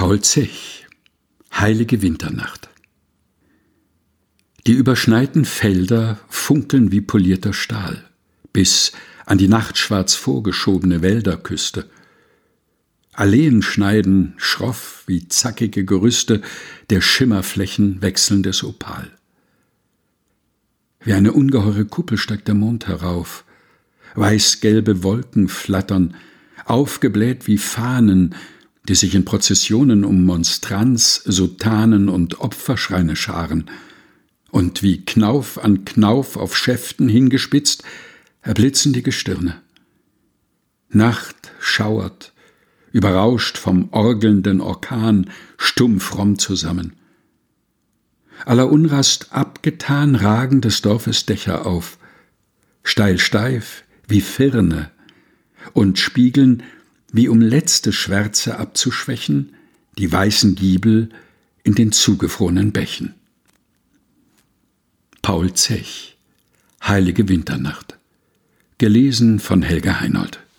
Paul Zech, Heilige Winternacht. Die überschneiten Felder funkeln wie polierter Stahl, bis an die nachtschwarz vorgeschobene Wälderküste. Alleen schneiden, schroff wie zackige Gerüste, der Schimmerflächen wechselndes Opal. Wie eine ungeheure Kuppel steigt der Mond herauf. Weißgelbe Wolken flattern, aufgebläht wie Fahnen, die sich in Prozessionen um Monstranz, Soutanen und Opferschreine scharen. Und wie Knauf an Knauf auf Schäften hingespitzt, erblitzen die Gestirne. Nacht schauert, überrauscht vom orgelnden Orkan, stummfromm zusammen. Aller Unrast abgetan ragen des Dorfes Dächer auf, steil steif wie Firne, und spiegeln, wie um letzte Schwärze abzuschwächen, die weißen Giebel in den zugefrorenen Bächen. Paul Zech, Heilige Winternacht. Gelesen von Helga Heinold.